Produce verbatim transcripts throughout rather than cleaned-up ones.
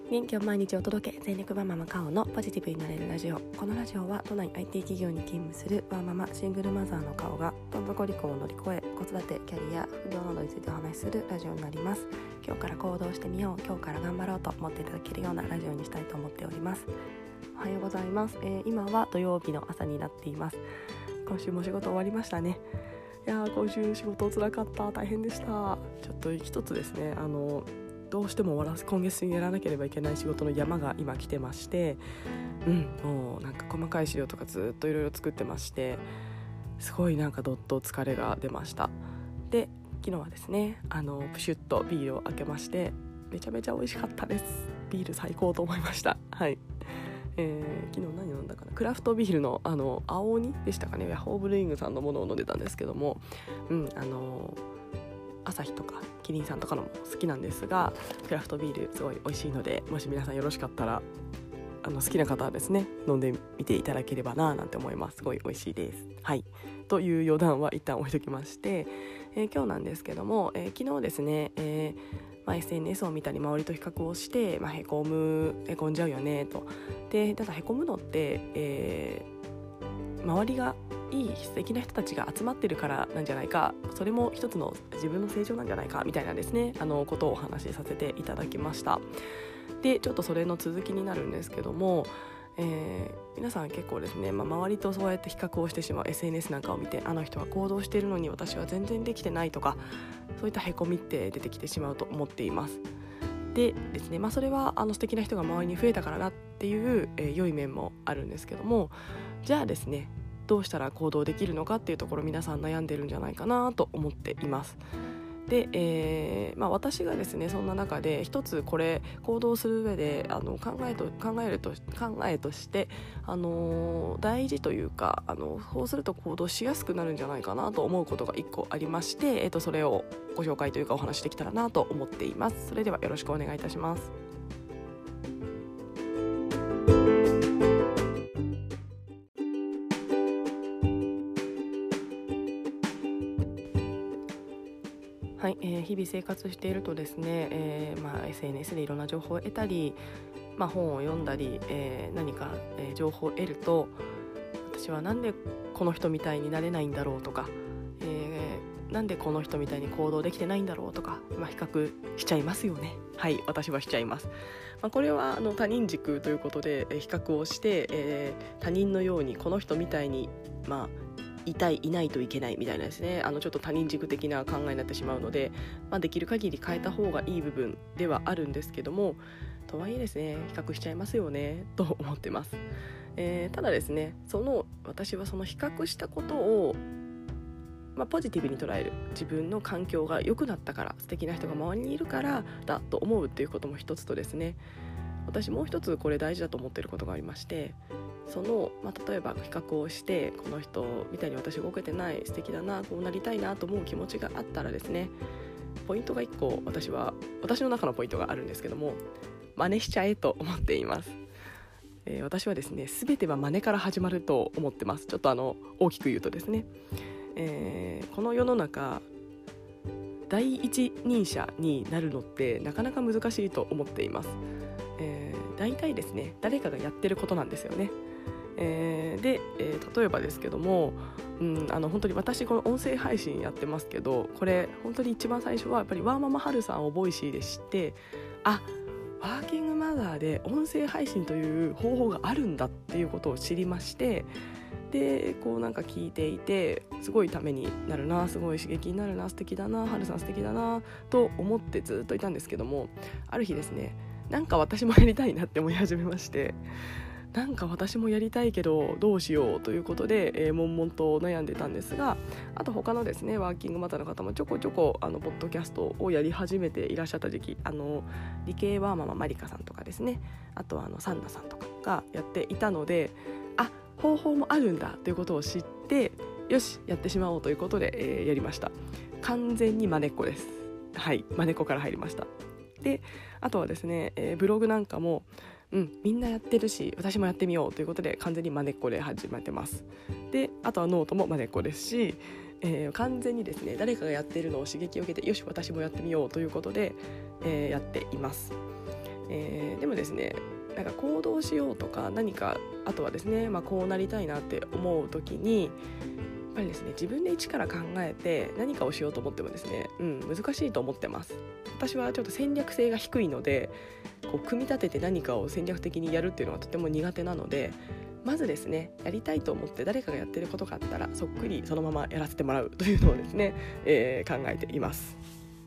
元気を毎日お届け、全力ワーママカオのポジティブになれるラジオ。このラジオは都内 アイティー 企業に勤務するワーママシングルマザーのカオがどん底離婚を乗り越え、子育て、キャリア、副業などについてお話しするラジオになります。今日から行動してみよう、今日から頑張ろうと思っていただけるようなラジオにしたいと思っております。おはようございます、えー、今は土曜日の朝になっています。今週も仕事終わりましたね。いやー今週仕事つらかった、大変でした。ちょっと一つですね、あのどうしても終わらす今月にやらなければいけない仕事の山が今来てまして、うん、もうなんか細かい資料とかずっといろいろ作ってまして、すごいなんかどっと疲れが出ました。で、昨日はですね、あのプシュッとビールを開けまして、めちゃめちゃ美味しかったです。ビール最高と思いました。はい、えー、昨日何飲んだかな、クラフトビールのあの青鬼でしたかね、ホーブルイングさんのものを飲んでたんですけども、うんあの朝日とかキリンさんとかのも好きなんですが、クラフトビールすごい美味しいので、もし皆さんよろしかったらあの好きな方はですね飲んでみていただければななんて思います。すごい美味しいです。はい、という余談は一旦置いときまして、えー、今日なんですけども、えー、昨日ですね、えーまあ、エスエヌエス を見たり周りと比較をして、まあ、へこむへこんじゃうよねと。でただへこむのって、えー、周りがいい素敵な人たちが集まってるからなんじゃないか、それも一つの自分の成長なんじゃないかみたいなですね、あのことをお話しさせていただきました。でちょっとそれの続きになるんですけども、えー、皆さん結構ですね、まあ、周りとそうやって比較をしてしまう エスエヌエス なんかを見て、あの人は行動しているのに私は全然できてないとか、そういったへこみって出てきてしまうと思っています。でですね、まあ、それはあの素敵な人が周りに増えたからなっていう、えー、良い面もあるんですけども、じゃあですねどうしたら行動できるのかっていうところ、皆さん悩んでるんじゃないかなと思っています。で、えーまあ、私がですねそんな中で一つこれ行動する上であの考えと考えると考えとして、あのー、大事というか、あのそうすると行動しやすくなるんじゃないかなと思うことが一個ありまして、えーと、それをご紹介というかお話しできたらなと思っています。それではよろしくお願いいたします。はい、えー、日々生活しているとですね、えーまあ、エスエヌエス でいろんな情報を得たり、まあ、本を読んだり、えー、何か、えー、情報を得ると、私はなんでこの人みたいになれないんだろうとか、えー、なんでこの人みたいに行動できてないんだろうとか、まあ、比較しちゃいますよね。はい、私はしちゃいます。まあ、これはあの他人軸ということで、えー、比較をして、えー、他人のようにこの人みたいに、まあいたいいないといけないみたいなですね、あのちょっと他人軸的な考えになってしまうので、まあ、できる限り変えた方がいい部分ではあるんですけども、とはいえですね比較しちゃいますよねと思ってます。えー、ただですね、その私はその比較したことを、まあ、ポジティブに捉える、自分の環境が良くなったから、素敵な人が周りにいるからだと思うっていうことも一つとですね、私もう一つこれ大事だと思っていることがありまして、その、まあ、例えば比較をして、この人みたいに私動けてない、素敵だな、こうなりたいなと思う気持ちがあったらですね、ポイントがいっこ、私は私の中のポイントがあるんですけども、真似しちゃえと思っています。えー、私はですね、全ては真似から始まると思ってます。ちょっとあの大きく言うとですね、えー、この世の中第一人者になるのってなかなか難しいと思っています。えー、大体ですね誰かがやってることなんですよね。えー、で、えー、例えばですけども、うん、あの本当に私この音声配信やってますけど、これ本当に一番最初はやっぱりワーママハルさんをボイシーで知って、あ、ワーキングマザーで音声配信という方法があるんだっていうことを知りまして、でこうなんか聞いていて、すごいためになるな、すごい刺激になるな、素敵だな、ハルさん素敵だなと思ってずっといたんですけども、ある日ですね、なんか私もやりたいなって思い始めまして、なんか私もやりたいけどどうしようということで、えー、悶々と悩んでたんですが、あと他のですねワーキングマザーの方もちょこちょこあのポッドキャストをやり始めていらっしゃった時期、あの理系ワーマママリカさんとかですね、あとはあのサンナさんとかがやっていたので、あ、方法もあるんだということを知って、よしやってしまおうということで、えー、やりました。完全に真似っこです。はい、真似っこから入りました。で、あとはですね、えー、ブログなんかもうん、みんなやってるし私もやってみようということで完全に真似っこで始めてます。で、あとはノートも真似っこですし、えー、完全にですね誰かがやってるのを刺激を受けて、よし私もやってみようということで、えー、やっています。 えー、でもですねなんか行動しようとか何かあとはですね、まあ、こうなりたいなって思う時にやっぱりですね自分で一から考えて何かをしようと思ってもですね、うん、難しいと思ってます。私はちょっと戦略性が低いのでこう組み立てて何かを戦略的にやるっていうのがとても苦手なので、まずですねやりたいと思って誰かがやってることがあったらそっくりそのままやらせてもらうというのをですね、えー、考えています。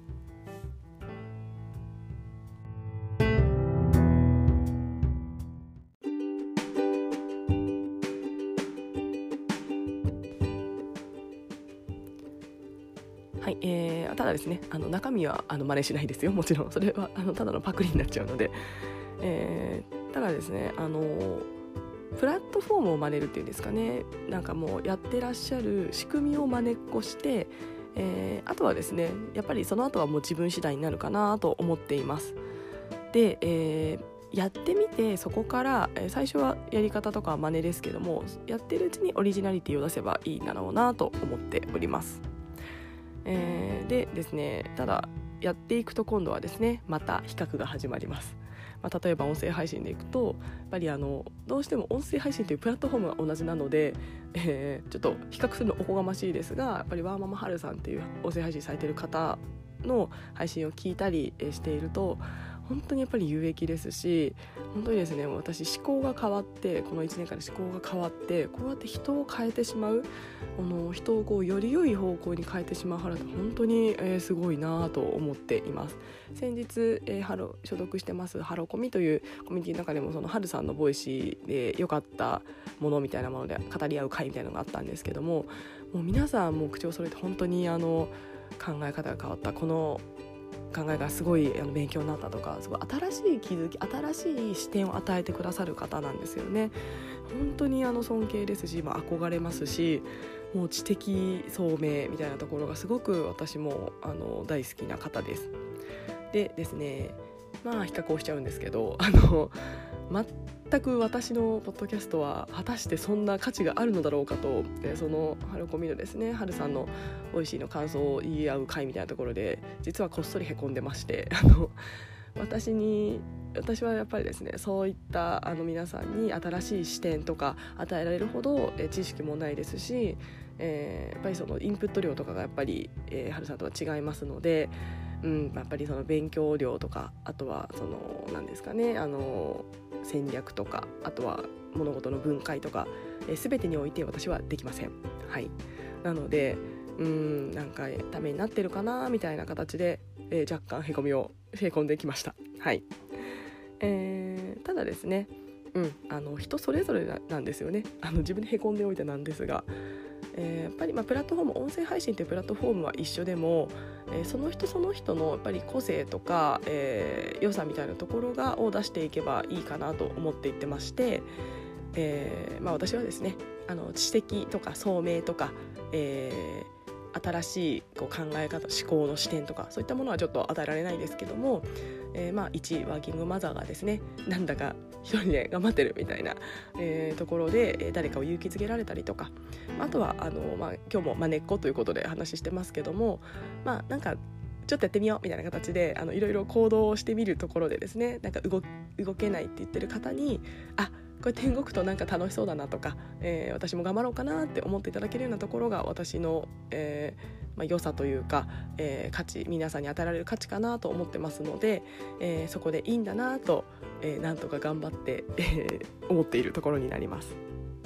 はい、えー、ただですねあの中身はあの真似しないですよ。もちろんそれはあのただのパクリになっちゃうので、えー、ただですねあのプラットフォームを真似るっていうんですかね、なんかもうやってらっしゃる仕組みを真似っこして、えー、あとはですねやっぱりその後はもう自分次第になるかなと思っています。で、えー、やってみてそこから、えー、最初はやり方とかは真似ですけども、やってるうちにオリジナリティを出せばいいんだろうなと思っております。えー、でですねただやっていくと今度はですねまた比較が始まります。まあ、例えば音声配信でいくとやっぱりあのどうしても音声配信というプラットフォームが同じなので、えー、ちょっと比較するのおこがましいですが、やっぱりワーママハルさんっていう音声配信されている方の配信を聞いたりしていると本当にやっぱり有益ですし、本当にですね私思考が変わってこのいちねんかんで思考が変わってこうやって人を変えてしまうあの人をこうより良い方向に変えてしまうハルって本当に、えー、すごいなと思っています。先日、えー、ハロ所属してますハロコミというコミュニティの中でもそのハルさんのボイシーで良かったものみたいなもので語り合う会みたいなのがあったんですけども、もう皆さんもう口を揃えて本当にあの考え方が変わった、この考えがすごいあの勉強になったとか、すごい新しい気づき新しい視点を与えてくださる方なんですよね。本当にあの尊敬ですし、まあ、憧れますし、もう知的聡明みたいなところがすごく私もあの大好きな方です。でですねまあ比較をしちゃうんですけど、あの全く私のポッドキャストは果たしてそんな価値があるのだろうかと、そのハルコミのですねハルさんのボイシーの感想を言い合う会みたいなところで実はこっそりへこんでまして、あの私に私はやっぱりですねそういったあの皆さんに新しい視点とか与えられるほどえ知識もないですし、えー、やっぱりそのインプット量とかがやっぱり、えー、ハルさんとは違いますので、うん、やっぱりその勉強量とか、あとはその何ですかねあの戦略とか、あとは物事の分解とか、えー、全てにおいて私はできません。はい、なのでうーんなんかためになってるかなみたいな形で、えー、若干へこみをへこんできました。はい、えー、ただですね、うん、あの人それぞれなんですよね。あの自分でへこんでおいてなんですが、えー、やっぱりまあプラットフォーム音声配信というプラットフォームは一緒でも、えー、その人その人のやっぱり個性とか、えー、良さみたいなところがを出していけばいいかなと思っていってまして、えーまあ、私はですねあの知的とか聡明とか、えー新しいこう考え方思考の視点とかそういったものはちょっと与えられないですけども、えー、まあ一ワーキングマザーがですねなんだか一人で頑張ってるみたいな、えー、ところで、えー、誰かを勇気づけられたりとか、あとはあの、まあ、今日もまねっこということで話してますけども、まあなんかちょっとやってみようみたいな形であのいろいろ行動をしてみるところでですね、なんか 動, 動けないって言ってる方にあこれ天国となんか楽しそうだなとか、えー、私も頑張ろうかなって思っていただけるようなところが私の、えーまあ、良さというか、えー、価値皆さんに与えられる価値かなと思ってますので、えー、そこでいいんだなと、えー、なんとか頑張って、えー、思っているところになります。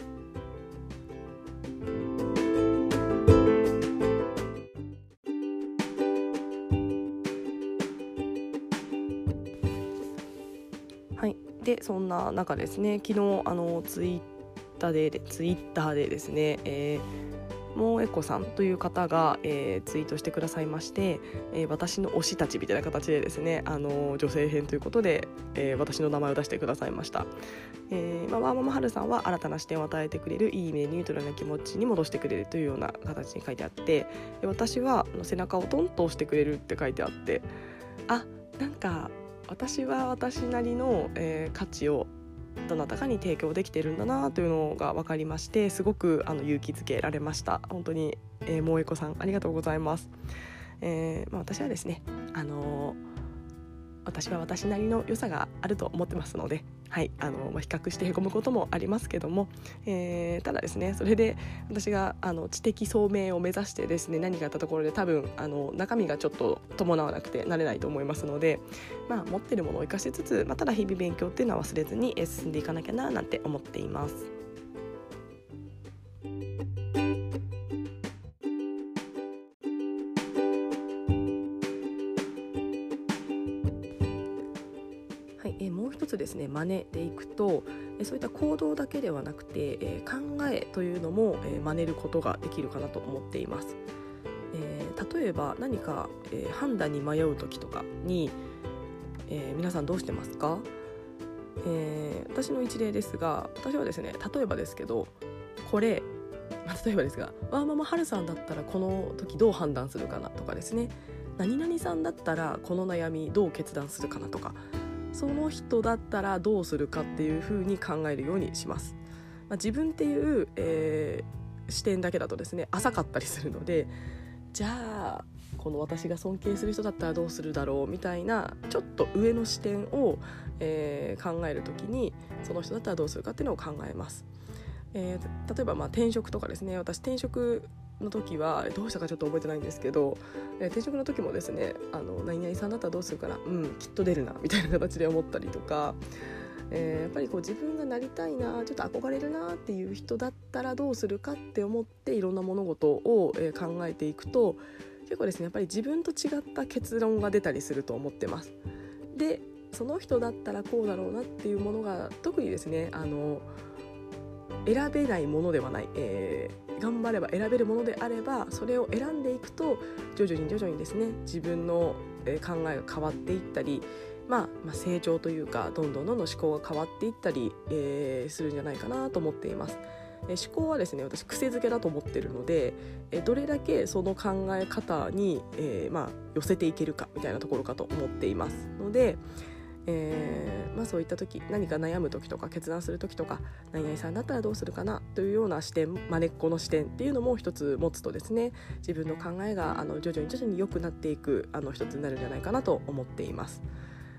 はい、でそんな中ですね昨日あのツイッターでツイッターでですね、えー、もうえこさんという方が、えー、ツイートしてくださいまして、えー、私の推したちみたいな形でですねあの女性編ということで、えー、私の名前を出してくださいました。えーまあ、ワーママハルさんは新たな視点を与えてくれる、いい意味でニュートラルな気持ちに戻してくれるというような形に書いてあって、で私は背中をトンと押してくれるって書いてあって、あなんか私は私なりの、えー、価値をどなたかに提供できているんだなというのが分かりまして、すごくあの勇気づけられました。本当に、えー、もうえこさんありがとうございます。えーまあ、私はですね、あのー私は私なりの良さがあると思ってますので、はいあのまあ、比較してへこむこともありますけども、えー、ただですねそれで私があの知的聡明を目指してですね何かあったところで多分あの中身がちょっと伴わなくてなれないと思いますので、まあ、持ってるものを生かしつつ、まあ、ただ日々勉強っていうのは忘れずに進んでいかなきゃななんて思っています。はい、えー、もう一つですね真似でいくと、えー、そういった行動だけではなくて、えー、考えというのも、えー、真似ることができるかなと思っています。えー、例えば何か、えー、判断に迷う時とかに、えー、皆さんどうしてますか？えー、私の一例ですが、私はですね例えばですけどこれ、まあ、例えばですがわーママはるさんだったらこの時どう判断するかなとかですね、何々さんだったらこの悩みどう決断するかなとか、その人だったらどうするかっていう風に考えるようにします。まあ、自分っていう、えー、視点だけだとですね浅かったりするので、じゃあこの私が尊敬する人だったらどうするだろうみたいなちょっと上の視点を、えー、考えるときにその人だったらどうするかっていうのを考えます。えー、例えばまあ転職とかですね、私転職の時はどうしたかちょっと覚えてないんですけど、えー、転職の時もですねあの何々さんだったらどうするかな、うんきっと出るなみたいな形で思ったりとか、えー、やっぱりこう自分がなりたいな、ちょっと憧れるなっていう人だったらどうするかって思っていろんな物事を、えー、考えていくと結構ですねやっぱり自分と違った結論が出たりすると思ってます。でその人だったらこうだろうなっていうものが特にですねあの選べないものではない、えー、頑張れば選べるものであればそれを選んでいくと徐々に徐々にですね自分の考えが変わっていったり、まあ、まあ成長というかどんどんどんどん思考が変わっていったり、えー、するんじゃないかなと思っています。えー、思考はですね私癖づけだと思っているので、えー、どれだけその考え方に、えーまあ、寄せていけるかみたいなところかと思っていますので、えーまあ、そういった時何か悩む時とか決断する時とか何々さんだったらどうするかなというような視点、まねっこの視点っていうのも一つ持つとですね自分の考えがあの徐々に徐々に良くなっていくあの一つになるんじゃないかなと思っています。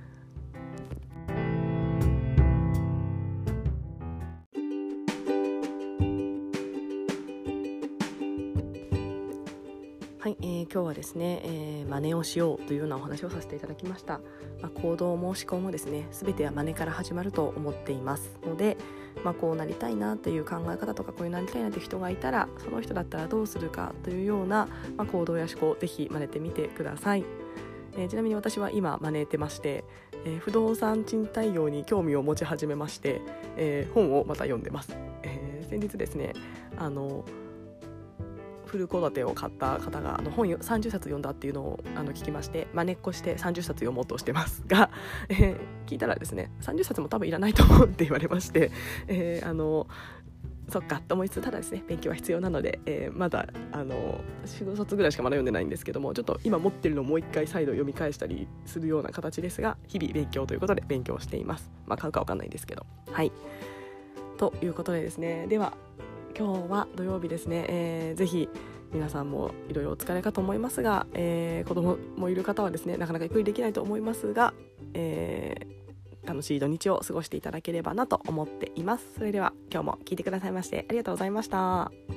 はい、えー、今日はですね、えー、真似をしようというようなお話をさせていただきました。まあ、行動も思考もですね全ては真似から始まると思っていますので、まあ、こうなりたいなっていう考え方とかこういうなりたいなっていう人がいたらその人だったらどうするかというような、まあ、行動や思考ぜひ真似てみてください。えー、ちなみに私は今真似てまして、えー、不動産賃貸業に興味を持ち始めまして、えー、本をまた読んでます。えー、先日ですねあのフル戸建てを買った方があの本さんじゅっさつ読んだっていうのをあの聞きまして、まねっこしてさんじゅっさつ読もうとしてますが、えー、聞いたらですねさんじゅっさつも多分いらないと思うって言われまして、えー、あのそっかと思いつつただですね勉強は必要なので、えー、まだあのよんさつぐらいしかまだ読んでないんですけども、ちょっと今持ってるのをもう一回再度読み返したりするような形ですが日々勉強ということで勉強しています。まあ買うか分かんないんですけど、はいということでですね、では今日は土曜日ですね、えー、ぜひ皆さんもいろいろお疲れかと思いますが、えー、子供もいる方はですねなかなかゆっくりできないと思いますが、えー、楽しい土日を過ごしていただければなと思っています。それでは今日も聞いてくださいましてありがとうございました。